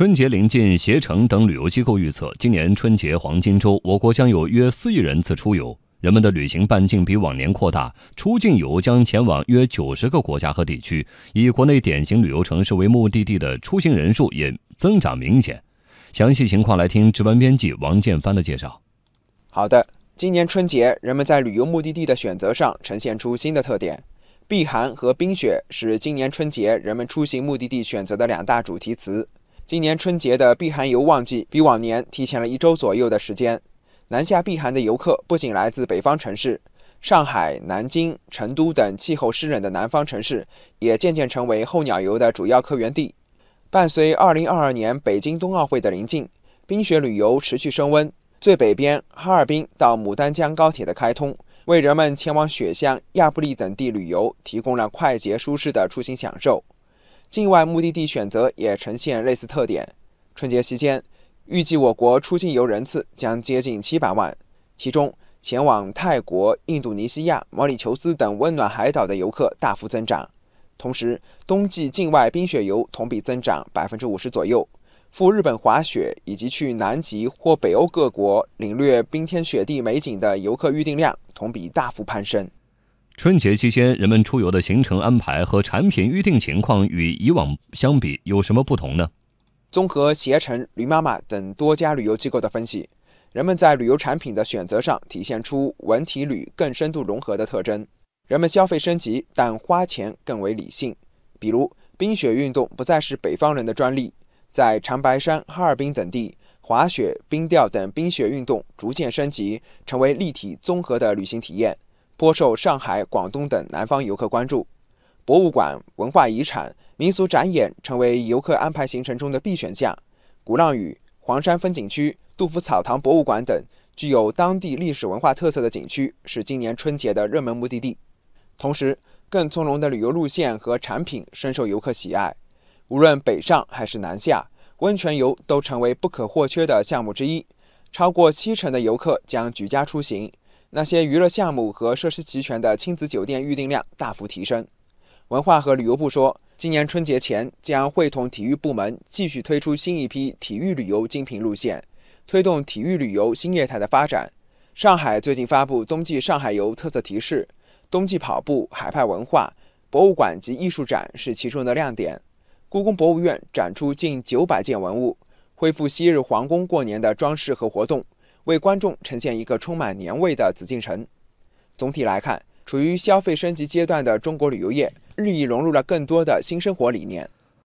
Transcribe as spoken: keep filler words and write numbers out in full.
春节临近，携程等旅游机构预测，今年春节黄金周，我国将有约四亿人次出游，人们的旅行半径比往年扩大，出境游将前往约九十个国家和地区，以国内典型旅游城市为目的地的出行人数也增长明显。详细情况来听值班编辑王建帆的介绍。 好的，今年春节，人们在旅游目的地的选择上呈现出新的特点。避寒和冰雪是今年春节人们出行目的地选择的两大主题词。今年春节的避寒游旺季比往年提前了一周左右的时间。南下避寒的游客不仅来自北方城市，上海、南京、成都等气候湿冷的南方城市也渐渐成为候鸟游的主要客源地。伴随二零二二年北京冬奥会的临近，冰雪旅游持续升温。最北边哈尔滨到牡丹江高铁的开通，为人们前往雪乡、亚布力等地旅游提供了快捷舒适的出行享受。境外目的地选择也呈现类似特点。春节期间，预计我国出境游人次将接近七百万，其中前往泰国、印度尼西亚、毛里求斯等温暖海岛的游客大幅增长。同时，冬季境外冰雪游同比增长 百分之五十 左右，赴日本滑雪以及去南极或北欧各国领略冰天雪地美景的游客预订量同比大幅攀升。 春节期间，人们出游的行程安排和产品预订情况与以往相比有什么不同呢？ 综合携程、驴妈妈等多家旅游机构的分析，人们在旅游产品的选择上体现出文体旅更深度融合的特征。人们消费升级，但花钱更为理性。比如，冰雪运动不再是北方人的专利，在长白山、哈尔滨等地，滑雪、冰钓等冰雪运动逐渐升级，成为立体综合的旅行体验，颇受上海、广东等南方游客关注。博物馆、文化遗产、民俗展演成为游客安排行程中的必选项。鼓浪屿、黄山风景区、杜甫草堂博物馆等具有当地历史文化特色的景区是今年春节的热门目的地。同时，更从容的旅游路线和产品深受游客喜爱。无论北上还是南下，温泉游都成为不可或缺的项目之一。超过七成的游客将举家出行，那些娱乐项目和设施齐全的亲子酒店预订量大幅提升。文化和旅游部说，今年春节前将会同体育部门继续推出新一批体育旅游精品路线，推动体育旅游新业态的发展。上海最近发布冬季上海游特色提示，冬季跑步、海派文化、博物馆及艺术展是其中的亮点。故宫博物院展出近九百件文物，恢复昔日皇宫过年的装饰和活动，为观众呈现一个充满年味的紫禁城。总体来看，处于消费升级阶段的中国旅游业日益融入了更多的新生活理念。